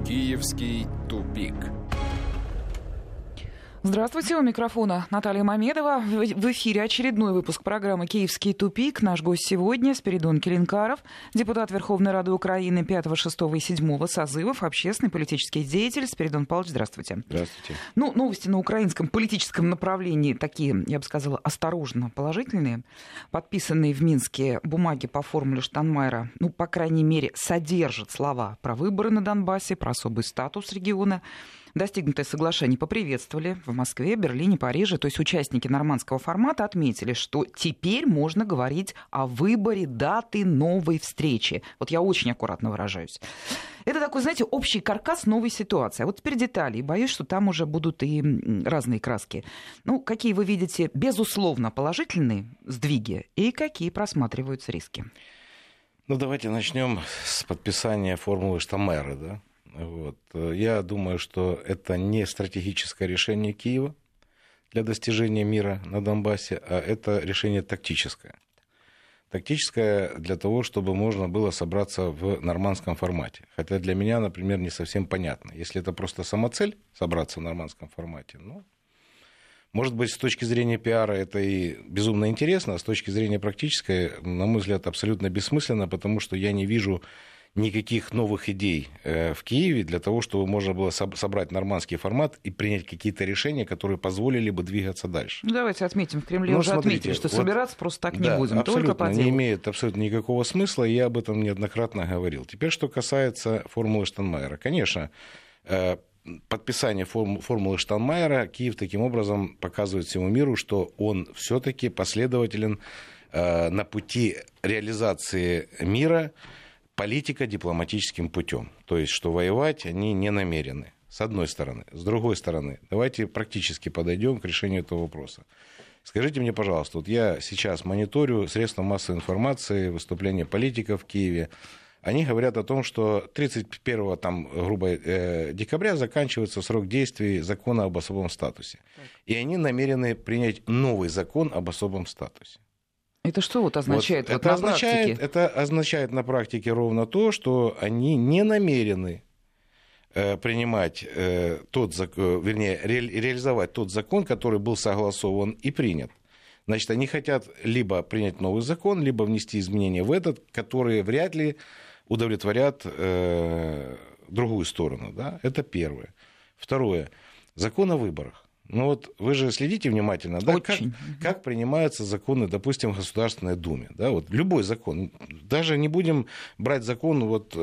Киевский тупик. Здравствуйте, у микрофона Наталья Мамедова. В эфире очередной выпуск программы «Киевский тупик». Наш гость сегодня Спиридон Келинкаров, депутат Верховной Рады Украины 5, 6 и 7 созывов, общественный политический деятель. Спиридон Павлович, здравствуйте. Здравствуйте. Новости на украинском политическом направлении такие, я бы сказала, осторожно положительные. Подписанные в Минске бумаги по формуле Штайнмайера, по крайней мере, содержат слова про выборы на Донбассе, про особый статус региона. Достигнутое соглашение поприветствовали в Москве, Берлине, Париже. То есть участники нормандского формата отметили, что теперь можно говорить о выборе даты новой встречи. Вот я очень аккуратно выражаюсь. Это такой, знаете, общий каркас новой ситуации. А вот теперь детали. И боюсь, что там уже будут и разные краски. Какие вы видите, безусловно, положительные сдвиги и какие просматриваются риски? Давайте начнем с подписания формулы Штайнмайера, да? Я думаю, что это не стратегическое решение Киева для достижения мира на Донбассе, а это решение тактическое. Тактическое для того, чтобы можно было собраться в нормандском формате. Хотя для меня, например, не совсем понятно. Если это просто самоцель собраться в нормандском формате, может быть, с точки зрения пиара это и безумно интересно, а с точки зрения практической, на мой взгляд, абсолютно бессмысленно, потому что я не вижу никаких новых идей в Киеве для того, чтобы можно было собрать нормандский формат и принять какие-то решения, которые позволили бы двигаться дальше. Давайте отметим, в Кремле уже отметили, что собираться просто так не будем, только по делу. Не имеет абсолютно никакого смысла, и я об этом неоднократно говорил. Теперь, что касается формулы Штайнмайера. Конечно, подписание формулы Штайнмайера Киев таким образом показывает всему миру, что он все-таки последователен на пути реализации мира политико-дипломатическим путем. То есть, что воевать они не намерены, с одной стороны. С другой стороны, давайте практически подойдем к решению этого вопроса. Скажите мне, пожалуйста, я сейчас мониторю средства массовой информации, выступления политиков в Киеве. Они говорят о том, что 31 декабря заканчивается срок действия закона об особом статусе. И они намерены принять новый закон об особом статусе. Это что означает на практике? Это означает на практике ровно то, что они не намерены принимать реализовать тот закон, который был согласован и принят. Значит, они хотят либо принять новый закон, либо внести изменения в этот, которые вряд ли удовлетворят другую сторону. Да? Это первое. Второе. Закон о выборах. Вы же следите внимательно, да, как принимаются законы, допустим, в Государственной Думе. Да, любой закон. Даже не будем брать закон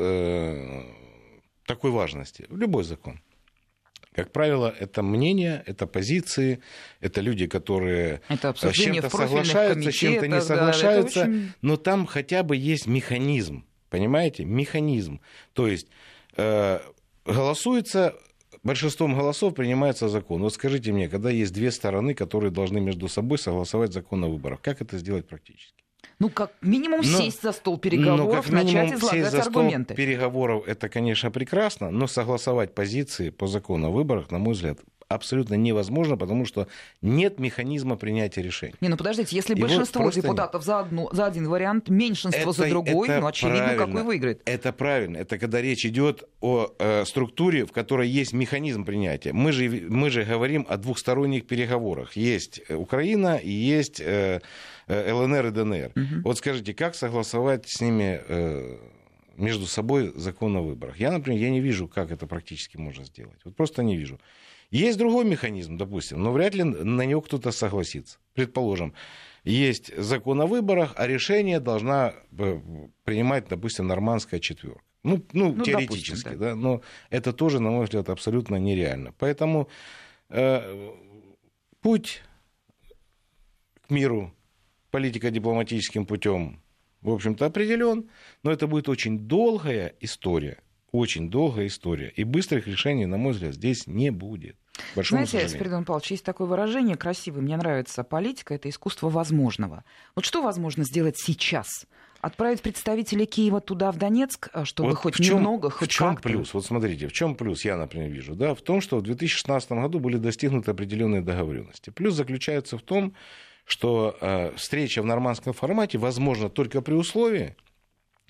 такой важности. Любой закон. Как правило, это мнения, это позиции, это люди, которые с чем-то соглашаются, с чем-то не соглашаются. Очень... Но там хотя бы есть механизм. Понимаете? Механизм. То есть голосуется... Большинством голосов принимается закон. Скажите мне, когда есть две стороны, которые должны между собой согласовать закон о выборах, как это сделать практически? Как минимум сесть за стол переговоров, начать излагать аргументы. За стол переговоров это, конечно, прекрасно, но согласовать позиции по закону о выборах, на мой взгляд, абсолютно невозможно, потому что нет механизма принятия решений. Подождите, если большинство депутатов за один вариант, меньшинство за другой, очевидно, какой выиграет. Это правильно. Это когда речь идет о структуре, в которой есть механизм принятия. Мы же говорим о двухсторонних переговорах. Есть Украина и есть ЛНР и ДНР. Угу. Скажите, как согласовать с ними между собой закон о выборах? Я, например, не вижу, как это практически можно сделать. Просто не вижу. Есть другой механизм, допустим, но вряд ли на него кто-то согласится. Предположим, есть закон о выборах, а решение должна принимать, допустим, нормандская четверка. Теоретически, допустим, да. Но это тоже, на мой взгляд, абсолютно нереально. Поэтому путь к миру политико-дипломатическим путем, в общем-то, определен, но это будет очень долгая история. Очень долгая история. И быстрых решений, на мой взгляд, здесь не будет. Знаете, Спиридон Павлович, есть такое выражение красивое, мне нравится: политика — это искусство возможного. Что возможно сделать сейчас? Отправить представителей Киева туда, в Донецк, чтобы хоть немного, хоть как-то? В чем плюс? Смотрите, в чем плюс я, например, вижу? Да, в том, что в 2016 году были достигнуты определенные договоренности. Плюс заключается в том, что встреча в нормандском формате возможна только при условии,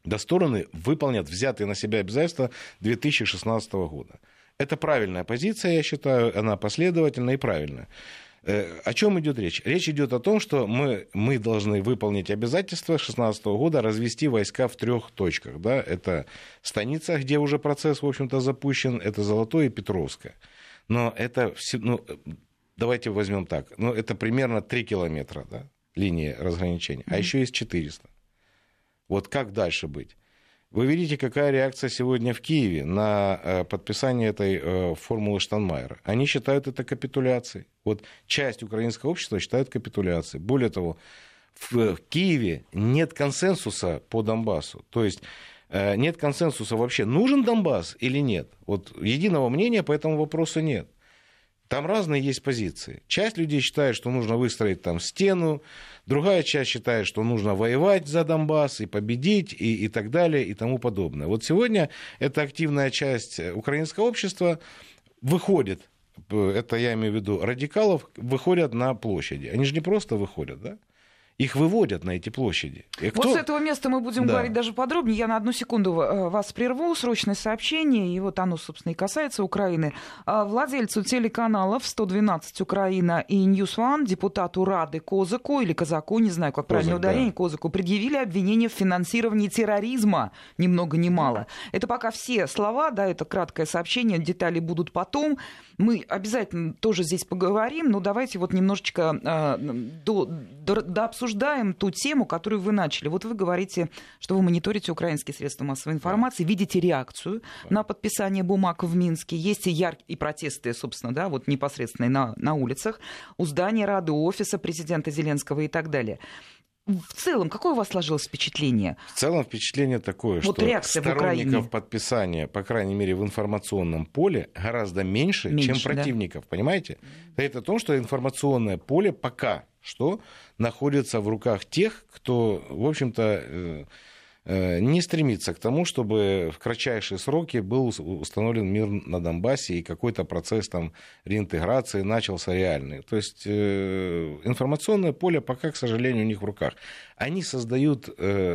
да стороны выполнят взятые на себя обязательства 2016 года. Это правильная позиция, я считаю, она последовательная и правильная. О чем идет речь? Речь идет о том, что мы должны выполнить обязательства 2016 года развести войска в 3 точках. Да? Это Станица, где уже процесс, в общем-то, запущен, это Золотое и Петровское. Но это, давайте возьмем так, это примерно 3 километра, да, линии разграничения, а еще есть 400. Вот как дальше быть? Вы видите, какая реакция сегодня в Киеве на подписание этой формулы Штайнмайера. Они считают это капитуляцией. Вот часть украинского общества считает капитуляцией. Более того, в Киеве нет консенсуса по Донбассу. То есть нет консенсуса вообще, нужен Донбасс или нет. Вот единого мнения по этому вопросу нет. Там разные есть позиции. Часть людей считает, что нужно выстроить там стену, другая часть считает, что нужно воевать за Донбасс и победить, и так далее, и тому подобное. Вот сегодня эта активная часть украинского общества выходит, это я имею в виду радикалов, выходят на площади. Они же не просто выходят, да? Их выводят на эти площади. Вот с этого места мы будем говорить даже подробнее. Я на одну секунду вас прерву. Срочное сообщение, и вот оно, собственно, и касается Украины. Владельцу телеканалов 112 Украина и News One, депутату Рады Козаку, или Казаку, не знаю, как правильное ударение, Козаку, предъявили обвинение в финансировании терроризма, ни много ни мало. Это пока все слова, да, это краткое сообщение, детали будут потом. Мы обязательно тоже здесь поговорим, но давайте вот немножечко дообсуждаем ту тему, которую вы начали. Вот вы говорите, что вы мониторите украинские средства массовой информации, видите реакцию на подписание бумаг в Минске. Есть и яркие протесты, собственно, да, вот непосредственно на улицах, у здания Рады, у офиса президента Зеленского и так далее. В целом, какое у вас сложилось впечатление? В целом впечатление такое, вот что сторонников подписания, по крайней мере, в информационном поле гораздо меньше, чем противников, да? Понимаете? Это о том, что информационное поле пока что находится в руках тех, кто, в общем-то, не стремится к тому, чтобы в кратчайшие сроки был установлен мир на Донбассе и какой-то процесс там реинтеграции начался реальный. То есть информационное поле пока, к сожалению, у них в руках. Они задают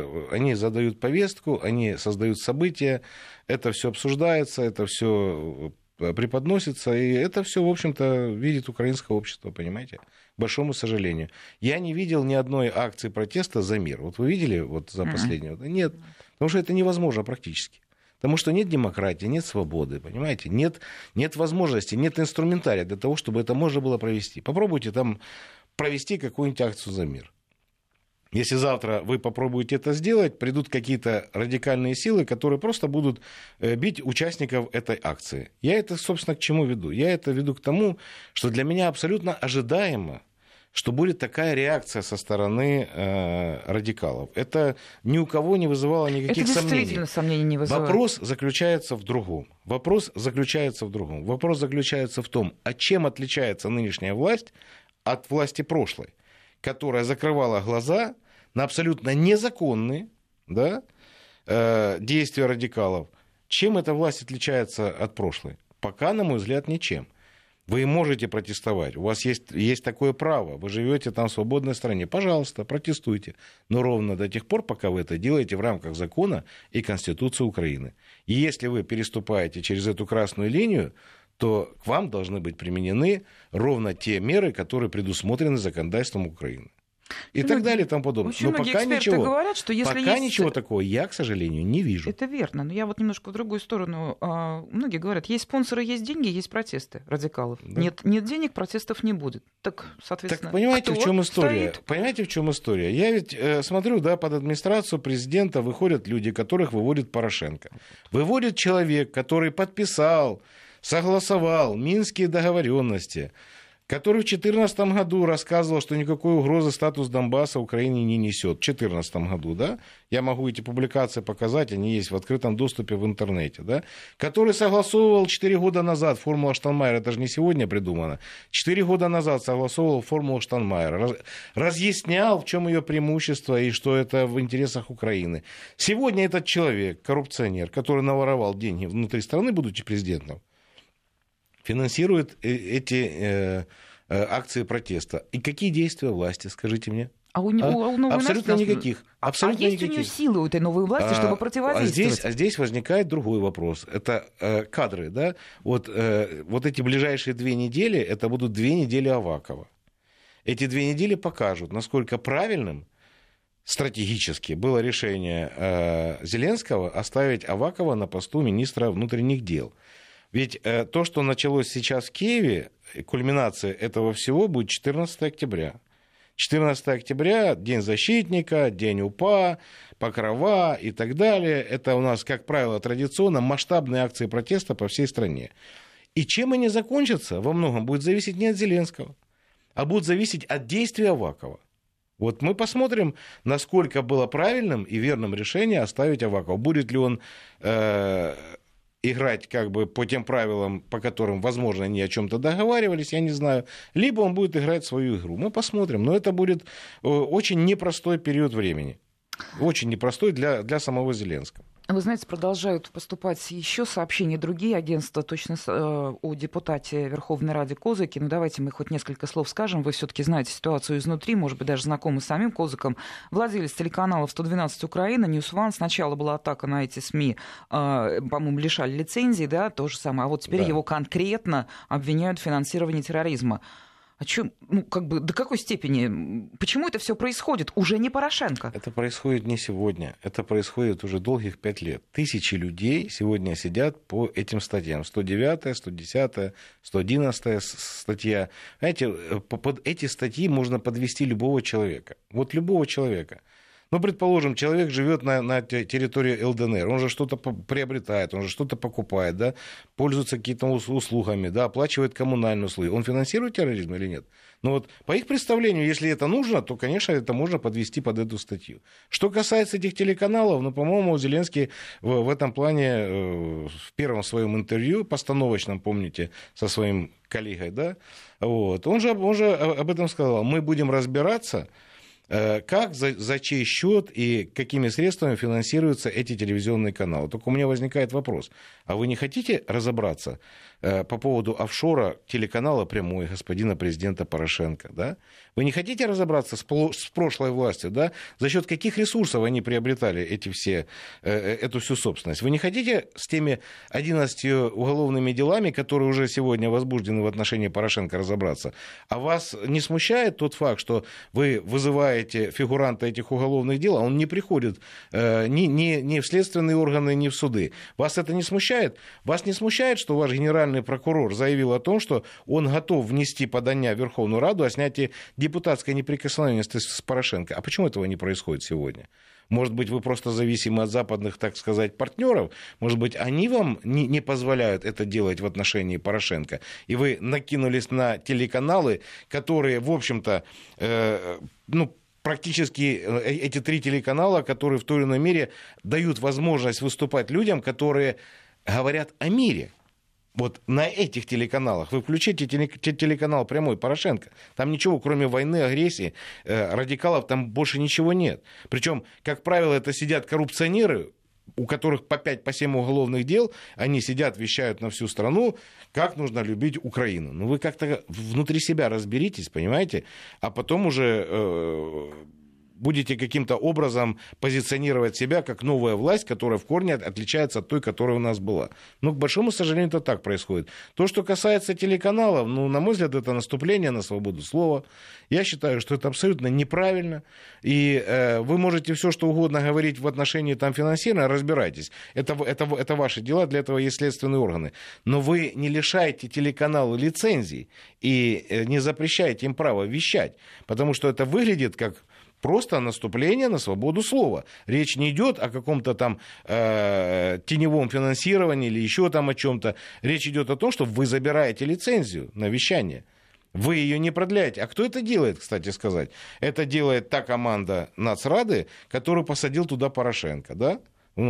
повестку, они создают события, это все обсуждается, это все преподносится, и это все, в общем-то, видит украинское общество, понимаете? К большому сожалению. Я не видел ни одной акции протеста за мир. Вот вы видели вот за последнего? Нет, потому что это невозможно практически. Потому что нет демократии, нет свободы, понимаете? Нет возможности, нет инструментария для того, чтобы это можно было провести. Попробуйте там провести какую-нибудь акцию за мир. Если завтра вы попробуете это сделать, придут какие-то радикальные силы, которые просто будут бить участников этой акции. Я это, собственно, к чему веду? Я это веду к тому, что для меня абсолютно ожидаемо, что будет такая реакция со стороны радикалов. Это ни у кого не вызывало никаких сомнений. Это действительно сомнений не вызывает. Вопрос заключается в другом. Вопрос заключается в том, а чем отличается нынешняя власть от власти прошлой, которая закрывала глаза на абсолютно незаконные, да, действия радикалов. Чем эта власть отличается от прошлой? Пока, на мой взгляд, ничем. Вы можете протестовать, у вас есть такое право, вы живете там в свободной стране. Пожалуйста, протестуйте. Но ровно до тех пор, пока вы это делаете в рамках закона и Конституции Украины. И если вы переступаете через эту красную линию, то к вам должны быть применены ровно те меры, которые предусмотрены законодательством Украины. И так далее, и тому подобное. Очень многие эксперты говорят, что если есть... ничего такого я, к сожалению, не вижу. Это верно, но я вот немножко в другую сторону. Многие говорят, есть спонсоры, есть деньги, есть протесты радикалов. Да. Нет денег, протестов не будет. Так, соответственно, так понимаете, в чем история? Понимаете, в чем история? Я ведь смотрю, да, под администрацию президента выходят люди, которых выводит Порошенко. Выводит человек, который подписал, согласовал Минские договоренности, который в 2014 году рассказывал, что никакой угрозы статус Донбасса Украине не несет. В 2014 году, да? Я могу эти публикации показать, они есть в открытом доступе в интернете, да? Который согласовывал 4 года назад формулу Штайнмайера, это же не сегодня придумано, 4 года назад согласовывал формулу Штайнмайера, разъяснял, в чем ее преимущество и что это в интересах Украины. Сегодня этот человек, коррупционер, который наворовал деньги внутри страны, будучи президентом, финансирует эти акции протеста. И какие действия власти, скажите мне? у новой абсолютно власти никаких. Абсолютно есть никаких. у нее силы у этой новой власти, чтобы противодействовать? А здесь возникает другой вопрос. Это кадры. Да? Вот эти ближайшие 2 недели, это будут 2 недели Авакова. Эти 2 недели покажут, насколько правильным стратегически было решение Зеленского оставить Авакова на посту министра внутренних дел. Ведь то, что началось сейчас в Киеве, кульминация этого всего будет 14 октября. 14 октября, День защитника, День УПА, Покрова и так далее. Это у нас, как правило, традиционно масштабные акции протеста по всей стране. И чем они закончатся, во многом будет зависеть не от Зеленского, а будет зависеть от действий Авакова. Вот мы посмотрим, насколько было правильным и верным решение оставить Авакова. Будет ли он играть как бы по тем правилам, по которым, возможно, они о чем-то договаривались, я не знаю, либо он будет играть свою игру. Мы посмотрим, но это будет очень непростой период времени. Очень непростой для самого Зеленского. Вы знаете, продолжают поступать еще сообщения другие агентства точно о депутате Верховной Рады Козыке. Ну, давайте мы хоть несколько слов скажем. Вы все-таки знаете ситуацию изнутри, может быть, даже знакомы с самим Козыком. Владелец телеканалов 112 Украина, News One. Сначала была атака на эти СМИ, по-моему, лишали лицензии, да, то же самое. А вот теперь его конкретно обвиняют в финансировании терроризма. А что, до какой степени? Почему это все происходит? Уже не Порошенко. Это происходит не сегодня. Это происходит уже долгих 5 лет. Тысячи людей сегодня сидят по этим статьям. 109, 110, 111 статья. Знаете, под эти статьи можно подвести любого человека. Вот любого человека. Ну, предположим, человек живет на территории ЛДНР, он же что-то приобретает, он же что-то покупает, да, пользуется какими-то услугами, да, оплачивает коммунальные услуги. Он финансирует терроризм или нет? Ну вот, по их представлению, если это нужно, то, конечно, это можно подвести под эту статью. Что касается этих телеканалов, ну, по-моему, Зеленский в этом плане в первом своем интервью, постановочном, помните, со своим коллегой, да, вот, он же об этом сказал. Мы будем разбираться, как, за чей счет и какими средствами финансируются эти телевизионные каналы. Только у меня возникает вопрос. А вы не хотите разобраться по поводу офшора телеканала «Прямой» господина президента Порошенко? Да? Вы не хотите разобраться с прошлой властью? Да? За счет каких ресурсов они приобретали эту всю собственность? Вы не хотите с теми 11 уголовными делами, которые уже сегодня возбуждены в отношении Порошенко, разобраться? А вас не смущает тот факт, что вы вызываете фигуранта этих уголовных дел, а он не приходит ни в следственные органы, ни в суды? Вас это не смущает? Вас не смущает, что ваш генеральный прокурор заявил о том, что он готов внести подание в Верховную Раду о снятии депутатской неприкосновенности с Порошенко? А почему этого не происходит сегодня? Может быть, вы просто зависимы от западных, так сказать, партнеров? Может быть, они вам не позволяют это делать в отношении Порошенко? И вы накинулись на телеканалы, которые, в общем-то, практически эти 3 телеканала, которые в той или иной мере дают возможность выступать людям, которые говорят о мире. Вот на этих телеканалах вы включите телеканал «Прямой» Порошенко. Там ничего, кроме войны, агрессии, радикалов, там больше ничего нет. Причем, как правило, это сидят коррупционеры, у которых по 5-7 уголовных дел, они сидят, вещают на всю страну, как нужно любить Украину. Ну, вы как-то внутри себя разберитесь, понимаете? А потом уже будете каким-то образом позиционировать себя как новая власть, которая в корне отличается от той, которая у нас была. Но, к большому сожалению, это так происходит. То, что касается телеканалов, на мой взгляд, это наступление на свободу слова. Я считаю, что это абсолютно неправильно. И вы можете все, что угодно говорить в отношении финансирования, разбирайтесь. Это ваши дела, для этого есть следственные органы. Но вы не лишаете телеканалы лицензий и не запрещаете им право вещать, потому что это выглядит как просто наступление на свободу слова. Речь не идет о каком-то теневом финансировании или еще о чем-то. Речь идет о том, что вы забираете лицензию на вещание. Вы ее не продляете. А кто это делает, кстати сказать? Это делает та команда Нацрады, которую посадил туда Порошенко, да?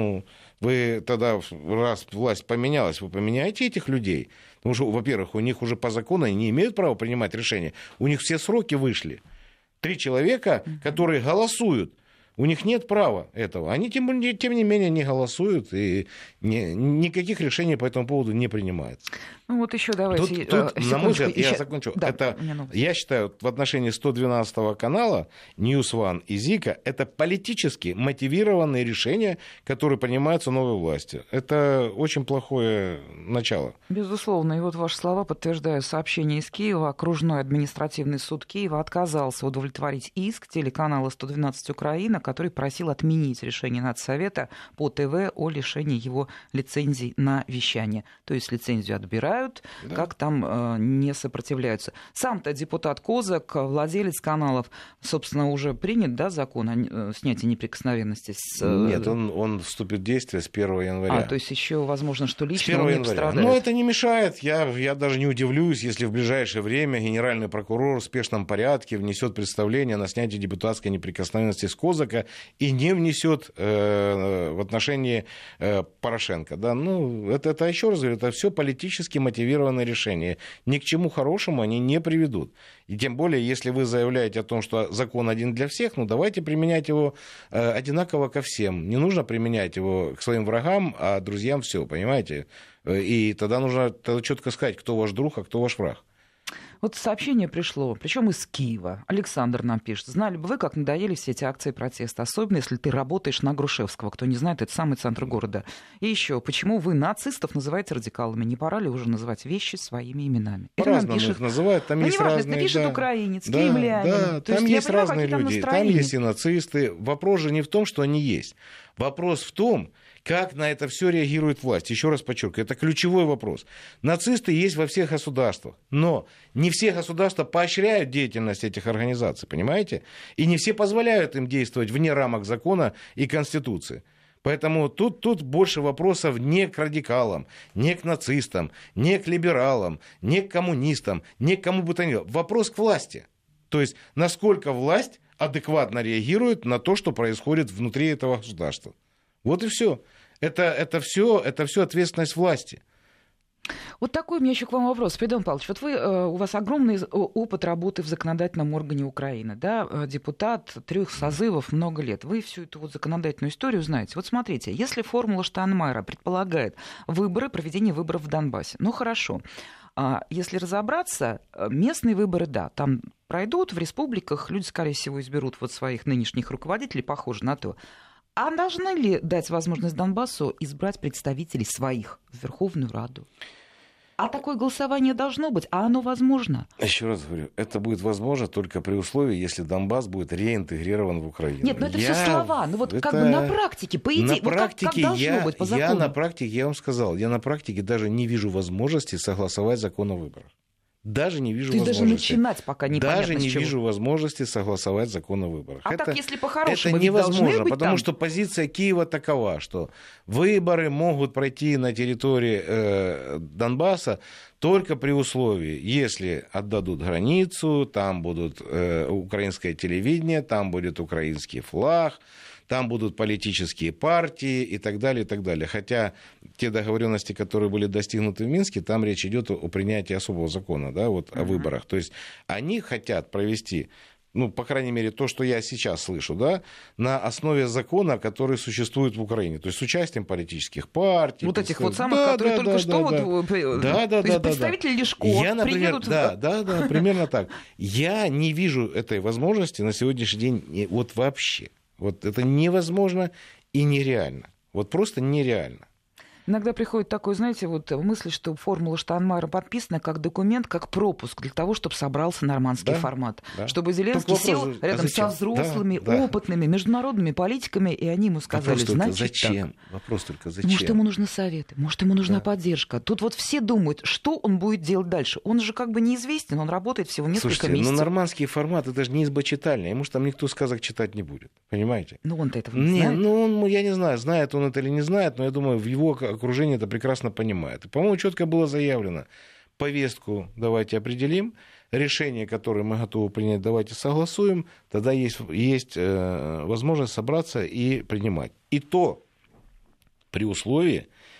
Вы тогда, раз власть поменялась, вы поменяете этих людей? Потому что, во-первых, у них уже по закону они не имеют права принимать решения. У них все сроки вышли. 3 человека, которые голосуют У них нет права этого. Они, тем не менее, не голосуют и никаких решений по этому поводу не принимается. Ну вот еще давайте... Тут на мой взгляд, я закончу. Да, я считаю, в отношении 112 канала News One и Зика это политически мотивированные решения, которые принимаются новой властью. Это очень плохое начало. Безусловно. И вот ваши слова подтверждаю. Сообщение из Киева. Окружной административный суд Киева отказался удовлетворить иск телеканала 112 Украина, который просил отменить решение Надсовета по ТВ о лишении его лицензий на вещание. То есть лицензию отбирают, да. Как там не сопротивляются. Сам-то депутат Козак, владелец каналов, собственно, уже принят, да, закон о снятии неприкосновенности? Нет, он вступит в действие с 1 января. То есть еще возможно, что лично он не пострадает. Но это не мешает. Я даже не удивлюсь, если в ближайшее время генеральный прокурор в спешном порядке внесет представление на снятие депутатской неприкосновенности с Козака и не внесет в отношении Порошенко. Да? Ну, это еще раз говорю, это все политически мотивированные решения. Ни к чему хорошему они не приведут. И тем более, если вы заявляете о том, что закон один для всех, ну давайте применять его одинаково ко всем. Не нужно применять его к своим врагам, а друзьям все, понимаете? И тогда нужно четко сказать, кто ваш друг, а кто ваш враг. Вот сообщение пришло, причем из Киева. Александр нам пишет. Знали бы вы, как надоели все эти акции протеста, особенно если ты работаешь на Грушевского. Кто не знает, это самый центр города. И еще, почему вы нацистов называете радикалами? Не пора ли уже называть вещи своими именами? По-разному их называют. Там есть разные... Это пишет украинец, киевлянин. Да, там есть разные люди. Там есть и нацисты. Вопрос же не в том, что они есть. Вопрос в том, как на это все реагирует власть. Еще раз подчеркиваю, это ключевой вопрос. Нацисты есть во всех государствах, но не все государства поощряют деятельность этих организаций, понимаете? И не все позволяют им действовать вне рамок закона и Конституции. Поэтому тут больше вопросов не к радикалам, не к нацистам, не к либералам, не к коммунистам, не к кому бы то ни было. Вопрос к власти. То есть, насколько власть адекватно реагирует на то, что происходит внутри этого государства. Вот и все. Это все ответственность власти. Вот такой у меня еще к вам вопрос. Федор Павлович, вот у вас огромный опыт работы в законодательном органе Украины, да, депутат 3 созывов, много лет. Вы всю эту вот законодательную историю знаете. Вот смотрите, если формула Штайнмайера предполагает проведение выборов в Донбассе, ну хорошо. Если разобраться, местные выборы, да, там пройдут, в республиках люди, скорее всего, изберут вот своих нынешних руководителей, похоже на то. А должны ли дать возможность Донбассу избрать представителей своих в Верховную Раду? А такое голосование должно быть, а оно возможно? Еще раз говорю, это будет возможно только при условии, если Донбасс будет реинтегрирован в Украину. Нет, это все слова. Ну вот как бы на практике, по идее, вот как должно быть по закону? На практике, я вам сказал, я на практике даже не вижу возможности согласовать закон о выборах. Даже не вижу возможности. Даже начинать пока непонятно Даже не вижу возможности согласовать закон о выборах. А так, если по-хорошему, это невозможно, быть потому там... что позиция Киева такова, что выборы могут пройти на территории Донбасса только при условии, если отдадут границу, там будут украинское телевидение, там будет украинский флаг, там будут политические партии и так далее, и так далее. Хотя те договоренности, которые были достигнуты в Минске, там речь идет о принятии особого закона, да, вот, о выборах. То есть они хотят провести, ну, по крайней мере, то, что я сейчас слышу, да, на основе закона, который существует в Украине. То есть с участием политических партий. Вот этих вот самых, которые только что представители Лешко приедут. Да, примерно так. Я не вижу этой возможности на сегодняшний день вот вообще. Вот это невозможно и нереально. Вот просто нереально. Иногда приходит такой, знаете, вот мысль, что формула Штайнмайера подписана как документ, как пропуск для того, чтобы собрался нормандский формат. Да. Чтобы Зеленский сел рядом со взрослыми, опытными международными политиками, и они ему сказали, значит зачем? Так. Вопрос только зачем? Может, ему нужны советы, может, ему нужна поддержка. Тут вот все думают, что он будет делать дальше. Он же как бы неизвестен, он работает всего несколько месяцев. Ну нормандский формат, это же не изба-читальня, ему же там никто сказок читать не будет, понимаете? Ну он-то этого не знает. Ну я не знаю, знает он это или не знает, но я думаю, в его окружение это прекрасно понимает. И, по-моему, четко было заявлено: повестку давайте определим, решение, которое мы готовы принять, давайте согласуем, тогда есть возможность собраться и принимать. И то при условии,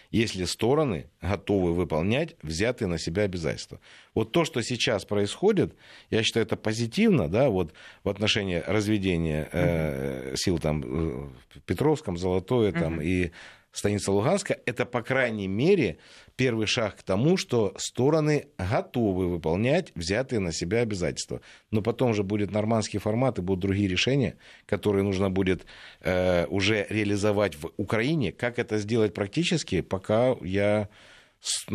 если стороны готовы выполнять взятые на себя обязательства. Вот то, что сейчас происходит, я считаю, это позитивно, да, вот в отношении разведения сил там, в Петровском, Золотое там, и станица Луганская, это, по крайней мере, первый шаг к тому, что стороны готовы выполнять взятые на себя обязательства. Но потом же будет нормандский формат и будут другие решения, которые нужно будет уже реализовать в Украине. Как это сделать практически, пока я... с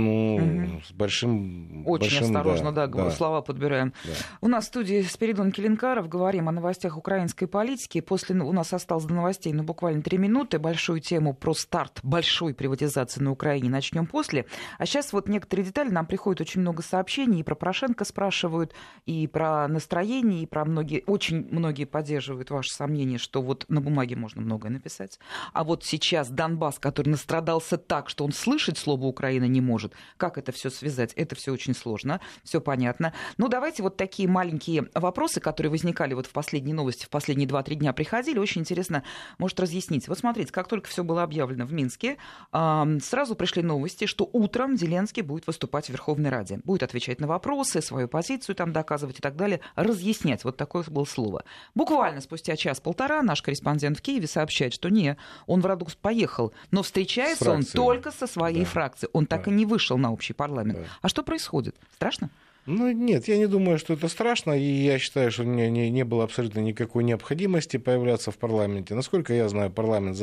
большим... Очень осторожно, да, слова подбираем. Да. У нас в студии Спиридон Келенкаров. Говорим о новостях украинской политики. После у нас осталось до новостей, буквально 3 минуты. Большую тему про старт большой приватизации на Украине начнем после. А сейчас вот некоторые детали. Нам приходит очень много сообщений. И про Порошенко спрашивают, и про настроение, и про многие... Очень многие поддерживают ваше сомнение, что вот на бумаге можно многое написать. А вот сейчас Донбасс, который настрадался так, что он слышать слово «Украина» не может. Как это все связать? Это все очень сложно, все понятно. Ну, давайте вот такие маленькие вопросы, которые возникали вот в последней новости, в последние 2-3 дня приходили, очень интересно, может, разъяснить. Вот смотрите, как только все было объявлено в Минске, сразу пришли новости, что утром Зеленский будет выступать в Верховной Раде, будет отвечать на вопросы, свою позицию там доказывать и так далее, разъяснять. Вот такое было слово. Буквально спустя час-полтора наш корреспондент в Киеве сообщает, что не, он в Раду поехал, но встречается он только со своей фракцией. Он так и не вышел на общий парламент. Да. А что происходит? Страшно? Ну, нет, я не думаю, что это страшно, и я считаю, что не было абсолютно никакой необходимости появляться в парламенте. Насколько я знаю, парламент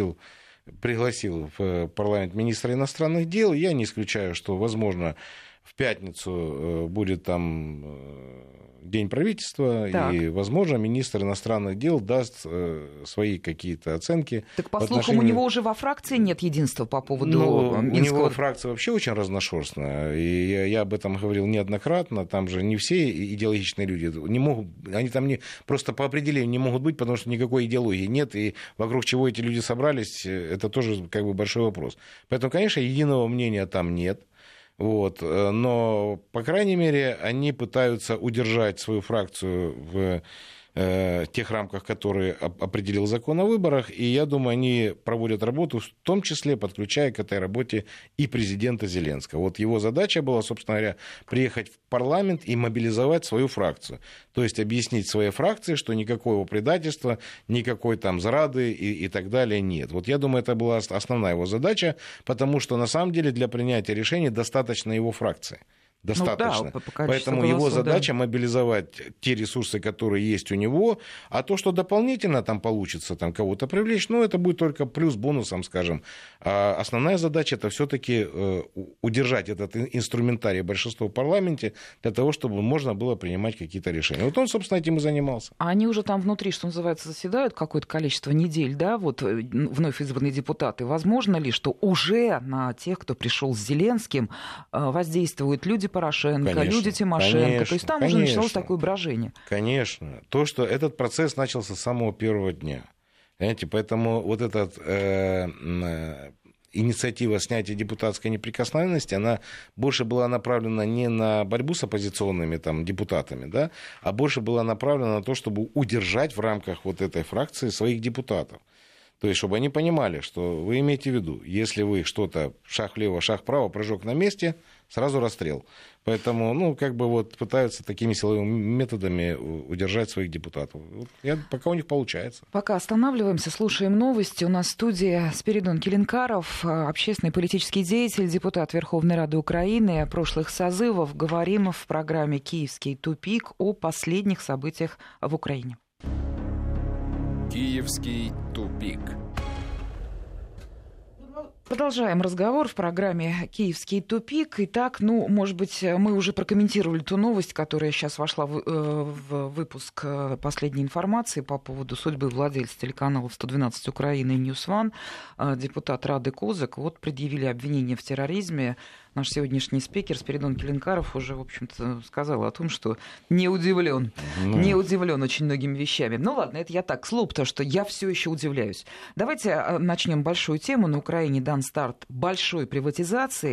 пригласил в парламент министра иностранных дел. Я не исключаю, что, возможно, в пятницу будет там День правительства, и, возможно, министр иностранных дел даст свои какие-то оценки. Так, по слухам, у него уже во фракции нет единства по поводу Минского... У него фракция вообще очень разношерстная, и я об этом говорил неоднократно, там же не все идеологичные люди не могут, они там просто по определению не могут быть, потому что никакой идеологии нет, и вокруг чего эти люди собрались, это тоже как бы большой вопрос. Поэтому, конечно, единого мнения там нет. Вот. Но, по крайней мере, они пытаются удержать свою фракцию в тех рамках, которые определил закон о выборах, и я думаю, они проводят работу, в том числе подключая к этой работе и президента Зеленского. Вот его задача была, собственно говоря, приехать в парламент и мобилизовать свою фракцию. То есть объяснить своей фракции, что никакого предательства, никакой там зрады и так далее нет. Вот я думаю, это была основная его задача, потому что на самом деле для принятия решений достаточно его фракции. Достаточно. Ну, да, поэтому его задача мобилизовать те ресурсы, которые есть у него, а то, что дополнительно там получится там кого-то привлечь, это будет только плюс бонусом, скажем. А основная задача — это все-таки удержать этот инструментарий большинства в парламенте для того, чтобы можно было принимать какие-то решения. Вот он, собственно, этим и занимался. А они уже там внутри, что называется, заседают какое-то количество недель, да, вот вновь избранные депутаты. Возможно ли, что уже на тех, кто пришел с Зеленским, воздействуют люди Порошенко, конечно, люди Тимошенко. Конечно, то есть там уже началось такое брожение. Конечно. То, что этот процесс начался с самого первого дня. Понимаете? Поэтому вот эта инициатива снятия депутатской неприкосновенности, она больше была направлена не на борьбу с оппозиционными там, депутатами, да, а больше была направлена на то, чтобы удержать в рамках вот этой фракции своих депутатов. То есть, чтобы они понимали, что вы имеете в виду, если вы что-то шаг влево, шаг вправо, прыжок на месте, сразу расстрел. Поэтому, пытаются такими силовыми методами удержать своих депутатов. Пока у них получается. Пока останавливаемся, слушаем новости. У нас в студии Спиридон Келенкаров, общественный политический деятель, депутат Верховной Рады Украины прошлых созывов. Говорим в программе «Киевский тупик» о последних событиях в Украине. Киевский тупик. Продолжаем разговор в программе «Киевский тупик». Итак, может быть, мы уже прокомментировали ту новость, которая сейчас вошла в выпуск последней информации по поводу судьбы владельца телеканалов 112 Украины и News One, депутат Рады Козак. Вот предъявили обвинение в терроризме. Наш сегодняшний спикер Спиридон Келенкаров уже, в общем-то, сказал о том, что не удивлен очень многими вещами. Ну ладно, это я так, к слову, потому что я все еще удивляюсь. Давайте начнем большую тему. На Украине дан старт большой приватизации.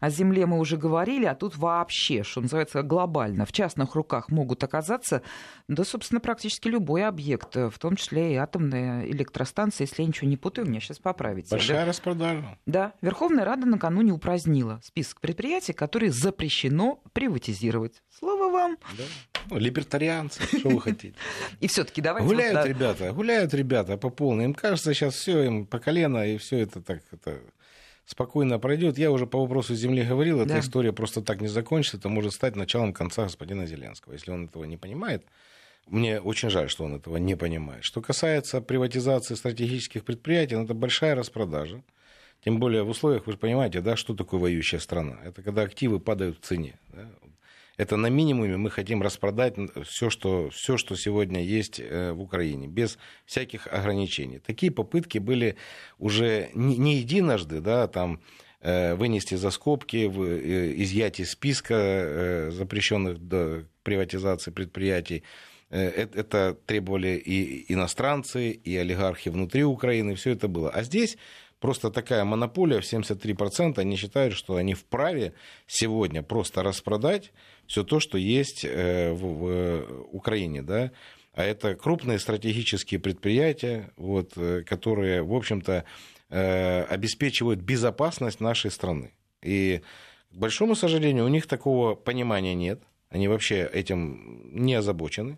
О земле мы уже говорили, а тут вообще, что называется, глобально. В частных руках могут оказаться, да, собственно, практически любой объект, в том числе и атомная электростанция, если я ничего не путаю, меня сейчас поправите. Большая распродажа. Да, Верховная Рада накануне упразднила список предприятий, которые запрещено приватизировать. Слово вам. Да. Ну, либертарианцы, что вы хотите. И все-таки давайте... Гуляют ребята по полной. Им кажется, сейчас все им по колено, и все это так спокойно пройдет. Я уже по вопросу земли говорил, эта история просто так не закончится. Это может стать началом конца господина Зеленского. Если он этого не понимает, мне очень жаль, что он этого не понимает. Что касается приватизации стратегических предприятий, это большая распродажа. Тем более в условиях, вы же понимаете, да, что такое воюющая страна. Это когда активы падают в цене. Да? Это на минимуме мы хотим распродать все, что сегодня есть в Украине, без всяких ограничений. Такие попытки были уже не единожды, да, там, вынести за скобки, изъять из списка запрещенных до приватизации предприятий. Это требовали и иностранцы, и олигархи внутри Украины, все это было. А здесь просто такая монополия в 73%, они считают, что они вправе сегодня просто распродать все то, что есть в Украине. Да? А это крупные стратегические предприятия, вот, которые, в общем-то, обеспечивают безопасность нашей страны. И, к большому сожалению, у них такого понимания нет. Они вообще этим не озабочены.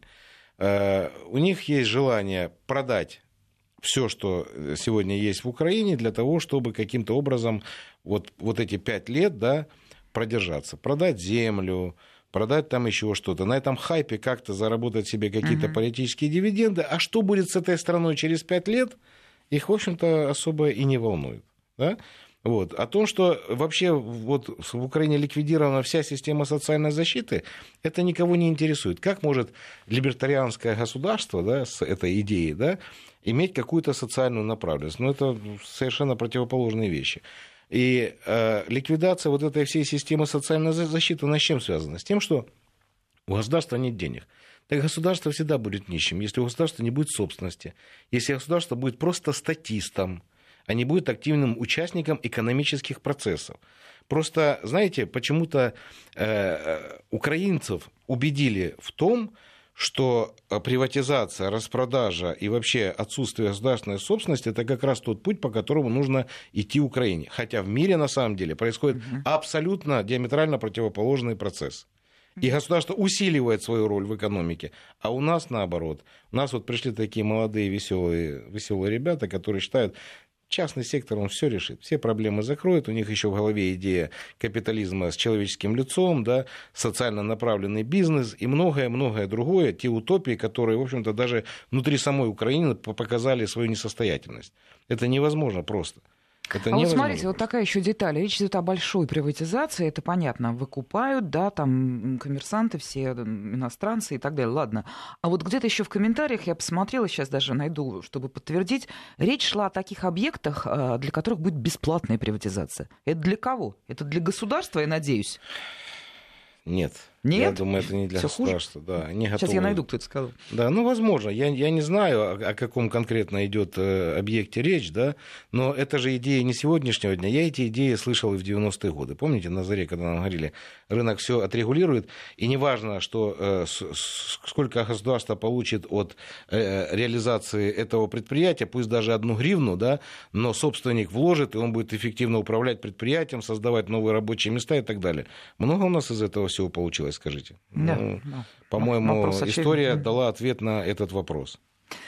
У них есть желание продать все, что сегодня есть в Украине, для того, чтобы каким-то образом вот эти 5 лет, да, продержаться. Продать землю, продать там еще что-то. На этом хайпе как-то заработать себе какие-то политические дивиденды. А что будет с этой страной через 5 лет, их, в общем-то, особо и не волнует. Да? Вот. О том, что вообще вот в Украине ликвидирована вся система социальной защиты, это никого не интересует. Как может либертарианское государство, да, с этой идеей, да, иметь какую-то социальную направленность? Ну, это совершенно противоположные вещи. И ликвидация вот этой всей системы социальной защиты, она с чем связана? С тем, что у государства нет денег. Так государство всегда будет нищим, если у государства не будет собственности, если государство будет просто статистом, а не будет активным участником экономических процессов. Просто, знаете, почему-то украинцев убедили в том, что приватизация, распродажа и вообще отсутствие государственной собственности – это как раз тот путь, по которому нужно идти Украине. Хотя в мире, на самом деле, происходит абсолютно диаметрально противоположный процесс. И государство усиливает свою роль в экономике, а у нас наоборот. У нас вот пришли такие молодые, веселые ребята, которые считают, частный сектор, он все решит, все проблемы закроет, у них еще в голове идея капитализма с человеческим лицом, да, социально направленный бизнес и многое-многое другое, те утопии, которые, в общем-то, даже внутри самой Украины показали свою несостоятельность. Это невозможно просто. Это вот смотрите, вот такая еще деталь. Речь идет о большой приватизации, это понятно. Выкупают, да, там коммерсанты все, иностранцы и так далее. Ладно. А вот где-то еще в комментариях я посмотрела, сейчас даже найду, чтобы подтвердить, речь шла о таких объектах, для которых будет бесплатная приватизация. Это для кого? Это для государства, я надеюсь? Нет. Нет? Я думаю, это не для Всё государства. Да, не Сейчас готовы. я найду, кто это сказал. Да, ну, возможно. Я не знаю, о каком конкретно идет объекте речь, да, но это же идея не сегодняшнего дня. Я эти идеи слышал и в 90-е годы. Помните, на заре, когда нам говорили, рынок все отрегулирует, и неважно, что, сколько государство получит от реализации этого предприятия, пусть даже 1 гривну, да, но собственник вложит, и он будет эффективно управлять предприятием, создавать новые рабочие места и так далее. Много у нас из этого всего получилось? Скажите. Да, по-моему, история дала ответ на этот вопрос.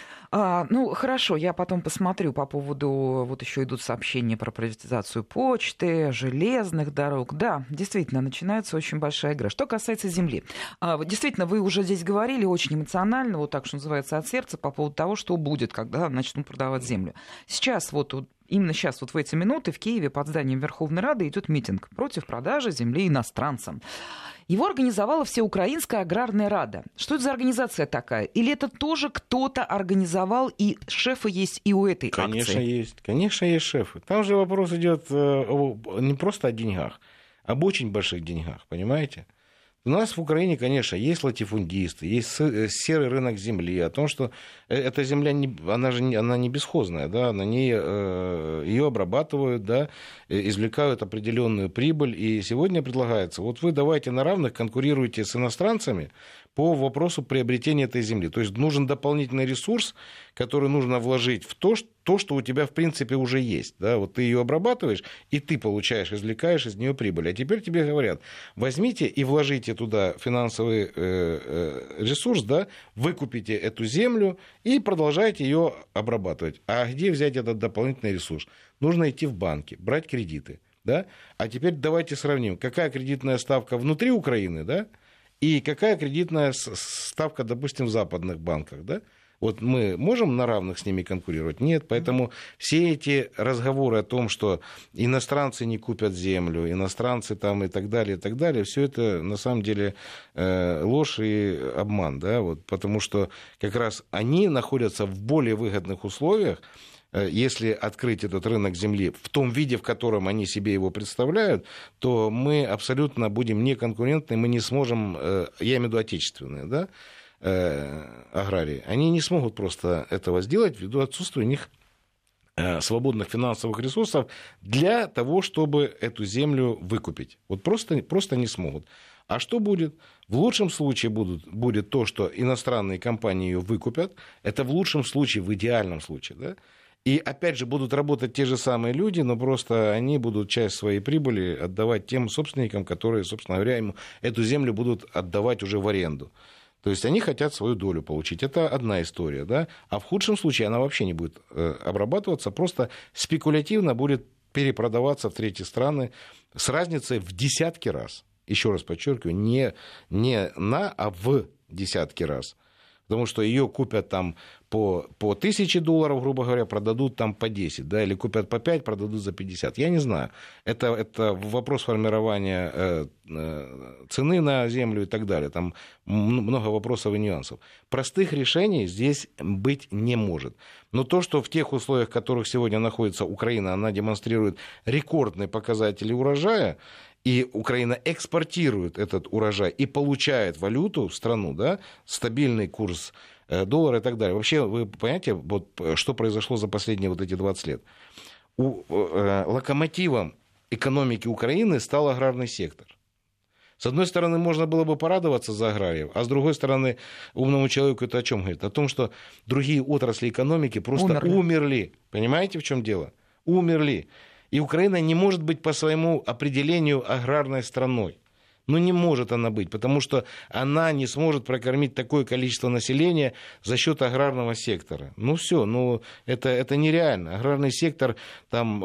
Ну, хорошо, я потом посмотрю по поводу, вот еще идут сообщения про приватизацию почты, железных дорог. Да, действительно, начинается очень большая игра. Что касается земли. Действительно, вы уже здесь говорили очень эмоционально, вот так, что называется, от сердца, по поводу того, что будет, когда начнут продавать землю. Сейчас именно сейчас, вот в эти минуты, в Киеве под зданием Верховной Рады идет митинг против продажи земли иностранцам. Его организовала Всеукраинская аграрная рада. Что это за организация такая? Или это тоже кто-то организовал, и шефы есть и у этой акции? Конечно, есть шефы. Там же вопрос идет не просто о деньгах, об очень больших деньгах, понимаете? У нас в Украине, конечно, есть латифундисты, есть серый рынок земли, о том, что эта земля, она не бесхозная, да, на ней ее обрабатывают, да, извлекают определенную прибыль, и сегодня предлагается, вот вы давайте на равных конкурируйте с иностранцами по вопросу приобретения этой земли. То есть нужен дополнительный ресурс, который нужно вложить в то, что у тебя в принципе уже есть. Да? Вот ты ее обрабатываешь, и ты получаешь, извлекаешь из нее прибыль. А теперь тебе говорят, возьмите и вложите туда финансовый ресурс, да, выкупите эту землю и продолжайте ее обрабатывать. А где взять этот дополнительный ресурс? Нужно идти в банки, брать кредиты. Да? А теперь давайте сравним, какая кредитная ставка внутри Украины, да, и какая кредитная ставка, допустим, в западных банках, да? Вот мы можем на равных с ними конкурировать? Нет, поэтому все эти разговоры о том, что иностранцы не купят землю, иностранцы там и так далее, все это на самом деле ложь и обман, да, вот, потому что как раз они находятся в более выгодных условиях. Если открыть этот рынок земли в том виде, в котором они себе его представляют, то мы абсолютно будем неконкурентны, мы не сможем, я имею в виду отечественные, да, аграрии, они не смогут просто этого сделать ввиду отсутствия у них свободных финансовых ресурсов для того, чтобы эту землю выкупить. Вот просто не смогут. А что будет? В лучшем случае будет то, что иностранные компании ее выкупят. Это в лучшем случае, в идеальном случае, да? И опять же будут работать те же самые люди, но просто они будут часть своей прибыли отдавать тем собственникам, которые, собственно говоря, им эту землю будут отдавать уже в аренду. То есть они хотят свою долю получить. Это одна история. Да? А в худшем случае она вообще не будет обрабатываться, просто спекулятивно будет перепродаваться в третьи страны с разницей в десятки раз. Еще раз подчеркиваю, не на, а в десятки раз. Потому что ее купят там по $1000, грубо говоря, продадут там по 10, да, или купят по 5, продадут за 50. Я не знаю. Это вопрос формирования цены на землю и так далее. Там много вопросов и нюансов. Простых решений здесь быть не может. Но то, что в тех условиях, в которых сегодня находится Украина, она демонстрирует рекордные показатели урожая, и Украина экспортирует этот урожай и получает валюту в страну, да, стабильный курс доллара и так далее. Вообще, вы понимаете, вот, что произошло за последние вот эти 20 лет? Локомотивом экономики Украины стал аграрный сектор. С одной стороны, можно было бы порадоваться за аграриев, а с другой стороны, умному человеку это о чем говорит? О том, что другие отрасли экономики просто умерли. Понимаете, в чем дело? Умерли. И Украина не может быть по своему определению аграрной страной. Ну, не может она быть, потому что она не сможет прокормить такое количество населения за счет аграрного сектора. Ну, все, ну, это нереально. Аграрный сектор, там,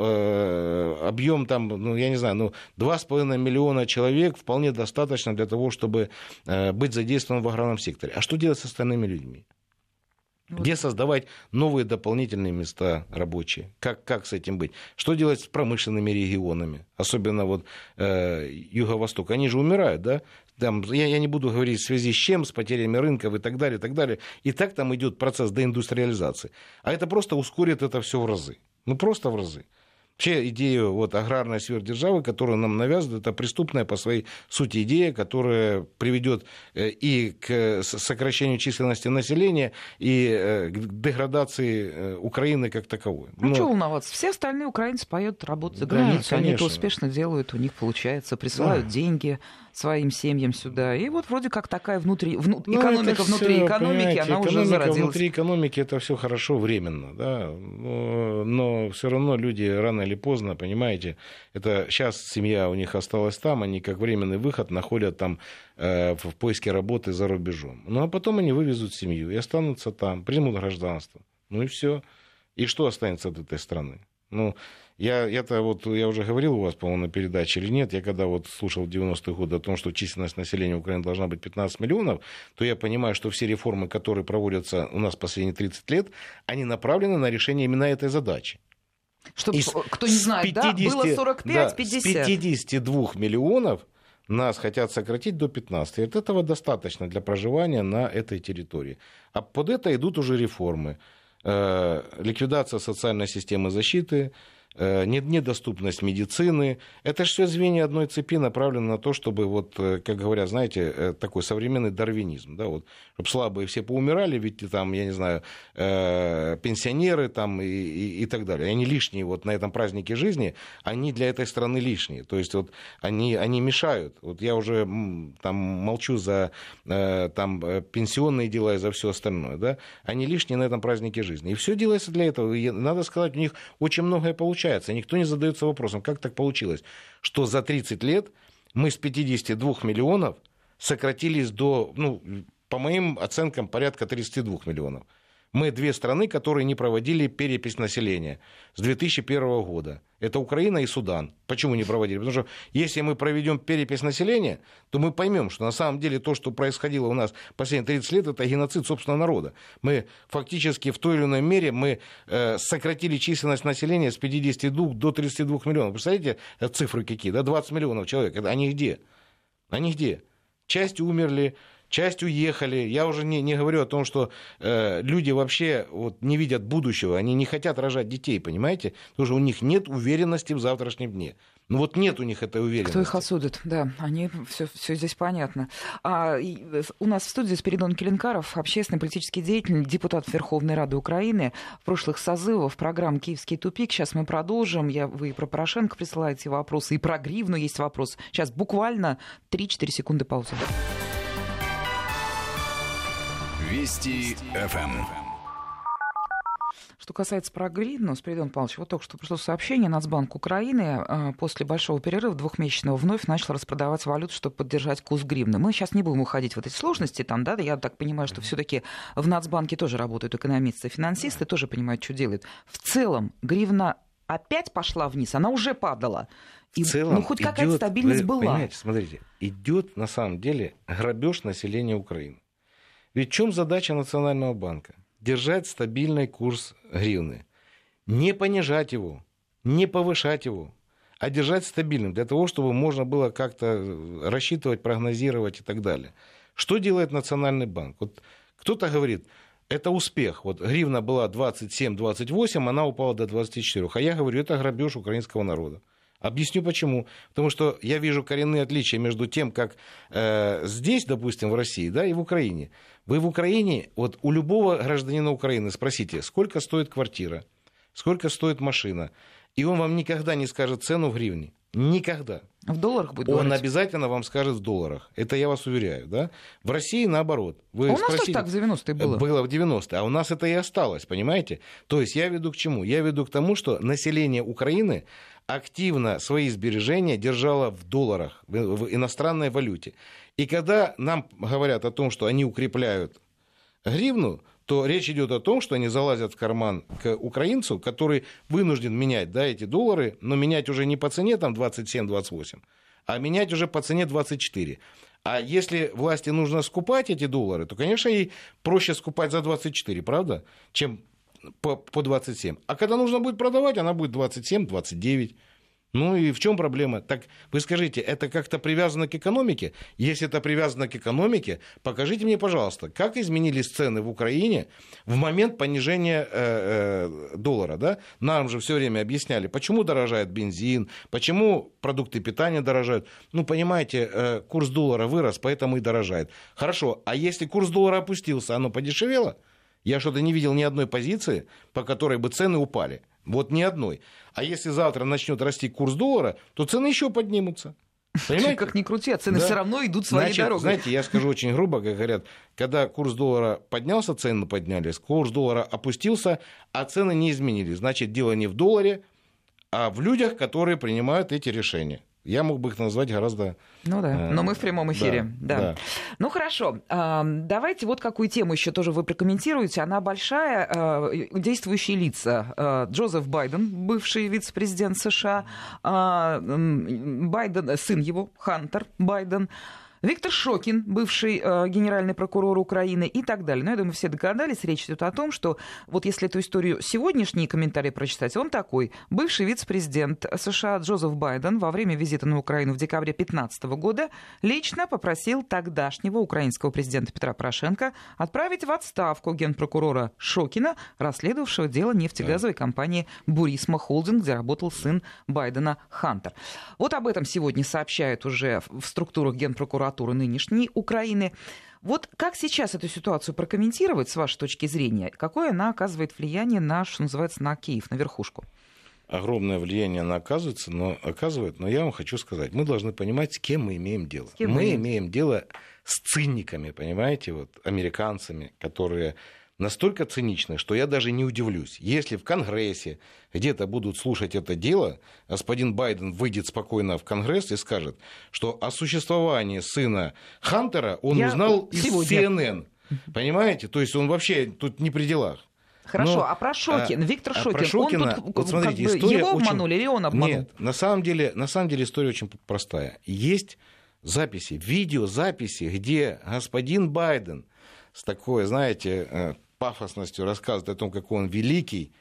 объем, там, ну, я не знаю, 2,5 миллиона человек вполне достаточно для того, чтобы быть задействованным в аграрном секторе. А что делать с остальными людьми? Где создавать новые дополнительные места рабочие? Как с этим быть? Что делать с промышленными регионами? Особенно вот Юго-Восток. Они же умирают, да? Там, я не буду говорить в связи с чем, с потерями рынков и так далее, и так далее. И так там идет процесс деиндустриализации. А это просто ускорит это все в разы. Ну, просто в разы. Вообще идея вот, аграрной сверхдержавы, которую нам навязывают, это преступная по своей сути идея, которая приведет и к сокращению численности населения, и к деградации Украины как таковой. Ну, что волноваться? Все остальные украинцы поедут работать за границу. Да, они это успешно делают, у них получается, присылают деньги своим семьям сюда. И вот вроде как такая экономика внутри экономики, она уже зародилась. Внутри экономики это все хорошо временно, да? Но все равно люди рано или поздно, понимаете, это сейчас семья у них осталась там, они как временный выход находят там в поиске работы за рубежом. Ну а потом они вывезут семью и останутся там, примут гражданство. Ну и все. И что останется от этой страны? Ну, я уже говорил у вас, по-моему, на передаче или нет, я когда вот слушал в 90-е годы о том, что численность населения Украины должна быть 15 миллионов, то я понимаю, что все реформы, которые проводятся у нас последние 30 лет, они направлены на решение именно этой задачи. Чтобы, кто не знает, 50, да, было 45-50. С 52 миллионов нас хотят сократить до 15. И от этого достаточно для проживания на этой территории. А под это идут уже реформы. Ликвидация социальной системы защиты, недоступность медицины. Это же все звенья одной цепи направлено на то, чтобы, вот, как говорят, знаете, такой современный дарвинизм, да, вот, чтобы слабые все поумирали, ведь там, я не знаю, пенсионеры там и так далее. Они лишние вот на этом празднике жизни, они для этой страны лишние. То есть вот они мешают. Вот я уже там молчу за там, пенсионные дела и за все остальное, да, они лишние на этом празднике жизни. И все делается для этого. И надо сказать, у них очень многое получается. Никто не задается вопросом, как так получилось, что за 30 лет мы с 52 миллионов сократились до, ну, по моим оценкам, порядка 32 миллионов. Мы две страны, которые не проводили перепись населения с 2001 года. Это Украина и Судан. Почему не проводили? Потому что если мы проведем перепись населения, то мы поймем, что на самом деле то, что происходило у нас последние 30 лет, это геноцид собственного народа. Мы фактически в той или иной мере мы сократили численность населения с 52 до 32 миллионов. Представляете, цифры какие? Да? 20 миллионов человек. Они где? Они где? Часть умерли, часть уехали. Я уже не говорю о том, что люди вообще вот, не видят будущего, они не хотят рожать детей, понимаете? Потому что у них нет уверенности в завтрашнем дне. Ну вот нет у них этой уверенности. Кто их осудит, да, они все здесь понятно. У нас в студии Спиридон Келенкаров, общественный политический деятель, депутат Верховной Рады Украины. В прошлых созывах программы «Киевский тупик». Сейчас мы продолжим. Вы и про Порошенко присылаете вопросы, и про гривну есть вопрос. Сейчас буквально 3-4 секунды паузы. Вести ФМ. Что касается про гривну, Спиридон Павлович, вот только что пришло сообщение, Нацбанк Украины после большого перерыва двухмесячного вновь начал распродавать валюту, чтобы поддержать курс гривны. Мы сейчас не будем уходить в эти сложности, там, да, я так понимаю, что все-таки в Нацбанке тоже работают экономисты, финансисты, тоже понимают, что делают. В целом гривна опять пошла вниз, она уже падала. И, в целом, ну, хоть какая-то стабильность была. Понимаете, смотрите, идет на самом деле грабеж населения Украины. Ведь в чем задача Национального банка? Держать стабильный курс гривны. Не понижать его, не повышать его, а держать стабильным, для того, чтобы можно было как-то рассчитывать, прогнозировать и так далее. Что делает Национальный банк? Вот кто-то говорит, это успех. Вот гривна была 27-28, она упала до 24. А я говорю, это грабеж украинского народа. Объясню почему. Потому что я вижу коренные отличия между тем, как здесь, допустим, в России, да, и в Украине. Вы в Украине, вот у любого гражданина Украины спросите, сколько стоит квартира, сколько стоит машина, и он вам никогда не скажет цену в гривне. Никогда. В долларах будет Он говорить? обязательно вам скажет в долларах. Это я вас уверяю. Да? В России наоборот. Вы у нас тоже так в 90-е было. Было в 90-е, а у нас это и осталось, понимаете? То есть я веду к чему? Я веду к тому, что население Украины активно свои сбережения держало в долларах, в иностранной валюте. И когда нам говорят о том, что они укрепляют гривну, то речь идет о том, что они залазят в карман к украинцу, который вынужден менять, да, эти доллары, но менять уже не по цене там 27-28, а менять уже по цене 24. А если власти нужно скупать эти доллары, то, конечно, ей проще скупать за 24, правда, чем по 27. А когда нужно будет продавать, она будет 27-29. Ну и в чем проблема? Так вы скажите, это как-то привязано к экономике? Если это привязано к экономике, покажите мне, пожалуйста, как изменились цены в Украине в момент понижения доллара. Да? Нам же все время объясняли, почему дорожает бензин, почему продукты питания дорожают. Ну, понимаете, курс доллара вырос, поэтому и дорожает. Хорошо, а если курс доллара опустился, оно подешевело? Я что-то не видел ни одной позиции, по которой бы цены упали. Вот ни одной. А если завтра начнет расти курс доллара, то цены еще поднимутся. Понимаете? Как ни крути, а цены все равно идут своей дорогой. Знаете, я скажу очень грубо, как говорят, когда курс доллара поднялся, цены поднялись, курс доллара опустился, а цены не изменились. Значит, дело не в долларе, а в людях, которые принимают эти решения. Я мог бы их назвать гораздо... Ну да, но мы в прямом эфире. Да. Ну хорошо, давайте вот какую тему еще тоже вы прокомментируете. Она большая. Действующие лица. Джозеф Байден, бывший вице-президент США, Байден, сын его, Хантер Байден, Виктор Шокин, бывший генеральный прокурор Украины и так далее. Но я думаю, все догадались. Речь идет о том, что вот если эту историю сегодняшние комментарии прочитать, он такой. Бывший вице-президент США Джозеф Байден во время визита на Украину в декабре 2015 года лично попросил тогдашнего украинского президента Петра Порошенко отправить в отставку генпрокурора Шокина, расследовавшего дело нефтегазовой компании «Бурисма Холдинг», где работал сын Байдена Хантер. Вот об этом сегодня сообщают уже в структурах генпрокуратуры нынешней Украины. Вот как сейчас эту ситуацию прокомментировать, с вашей точки зрения? Какое она оказывает влияние на, что называется, на Киев, на верхушку? Огромное влияние она оказывает, но я вам хочу сказать, мы должны понимать, с кем мы имеем дело. Мы имеем дело с циниками, понимаете, вот, американцами, которые настолько циничны, что я даже не удивлюсь. Если в Конгрессе где-то будут слушать это дело, господин Байден выйдет спокойно в Конгресс и скажет, что о существовании сына Хантера он узнал из CNN. Понимаете? То есть он вообще тут не при делах. Хорошо, а про Шокина, Виктор Шокин, про Шокина, он тут, вот смотрите, как бы, его обманули или он обманул? Нет, на самом деле история очень простая. Есть записи, видеозаписи, где господин Байден с такой, знаете, пафосностью рассказывает о том, какой он великий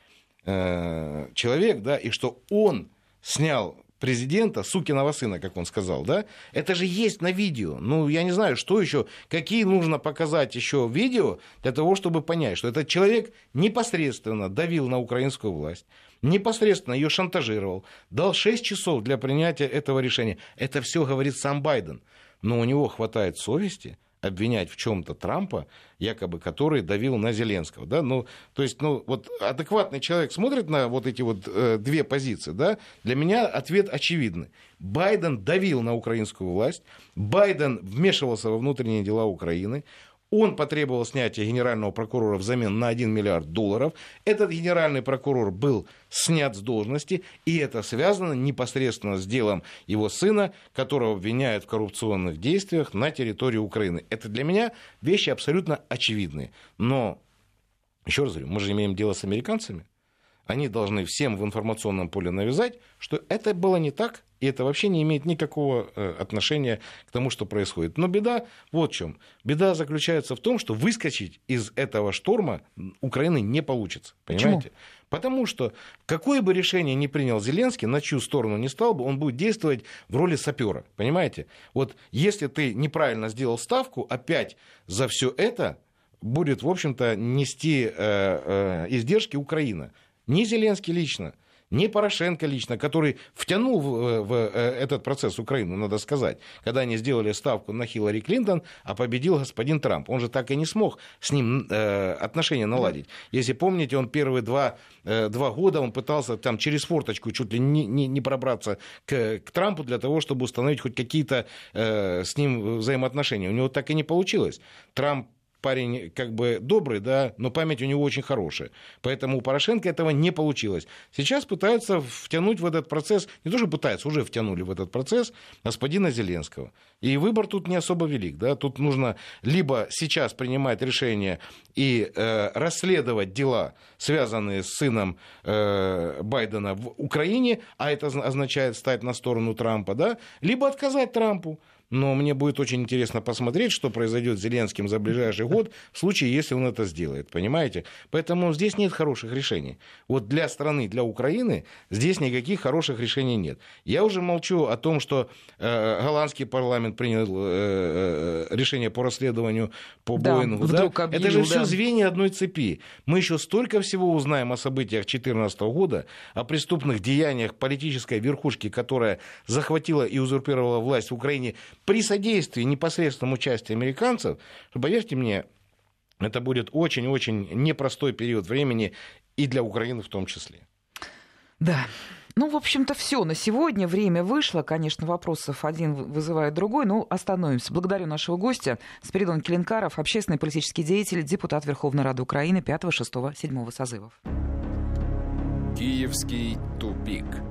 человек, да, и что он снял президента, сукиного сына, как он сказал, да, это же есть на видео. Ну, я не знаю, что еще, какие нужно показать еще видео для того, чтобы понять, что этот человек непосредственно давил на украинскую власть, непосредственно ее шантажировал, дал 6 часов для принятия этого решения. Это все говорит сам Байден. Но у него хватает совести обвинять в чем-то Трампа, якобы который давил на Зеленского. Да? Ну, то есть, вот адекватный человек смотрит на вот эти вот две позиции. Да? Для меня ответ очевидный. Байден давил на украинскую власть, Байден вмешивался во внутренние дела Украины, он потребовал снятия генерального прокурора взамен на $1 миллиард. Этот генеральный прокурор был снят с должности, и это связано непосредственно с делом его сына, которого обвиняют в коррупционных действиях на территории Украины. Это для меня вещи абсолютно очевидные. Но, еще раз говорю, мы же имеем дело с американцами. Они должны всем в информационном поле навязать, что это было не так, и это вообще не имеет никакого отношения к тому, что происходит. Но беда вот в чем. Беда заключается в том, что выскочить из этого шторма Украины не получится. Понимаете? Почему? Потому что какое бы решение ни принял Зеленский, на чью сторону ни стал бы, он будет действовать в роли сапера. Понимаете? Вот если ты неправильно сделал ставку, опять за все это будет, в общем-то, нести издержки Украина. Не Зеленский лично, не Порошенко лично, который втянул в этот процесс Украину, надо сказать, когда они сделали ставку на Хиллари Клинтон, а победил господин Трамп. Он же так и не смог с ним отношения наладить. Если помните, он первые два года он пытался там через форточку чуть ли не пробраться к Трампу для того, чтобы установить хоть какие-то с ним взаимоотношения. У него так и не получилось. Трамп парень как бы добрый, да, но память у него очень хорошая. Поэтому у Порошенко этого не получилось. Сейчас пытаются втянуть в этот процесс, не то что пытаются, уже втянули в этот процесс господина Зеленского. И выбор тут не особо велик. Да? Тут нужно либо сейчас принимать решение и расследовать дела, связанные с сыном Байдена в Украине, а это означает стать на сторону Трампа, да? Либо отказать Трампу. Но мне будет очень интересно посмотреть, что произойдет с Зеленским за ближайший год, в случае, если он это сделает, понимаете? Поэтому здесь нет хороших решений. Вот для страны, для Украины здесь никаких хороших решений нет. Я уже молчу о том, что голландский парламент принял решение по расследованию по Боингу. Да? Это же все звенья одной цепи. Мы еще столько всего узнаем о событиях 2014 года, о преступных деяниях политической верхушки, которая захватила и узурпировала власть в Украине, при содействии непосредственном участии американцев, поверьте мне, это будет очень-очень непростой период времени и для Украины в том числе. Да. Ну, в общем-то, все на сегодня. Время вышло. Конечно, вопросов один вызывает другой. Но остановимся. Благодарю нашего гостя. Спиридон Келенкаров, общественный политический деятель, депутат Верховной Рады Украины 5, 6, 7 созывов. Киевский тупик.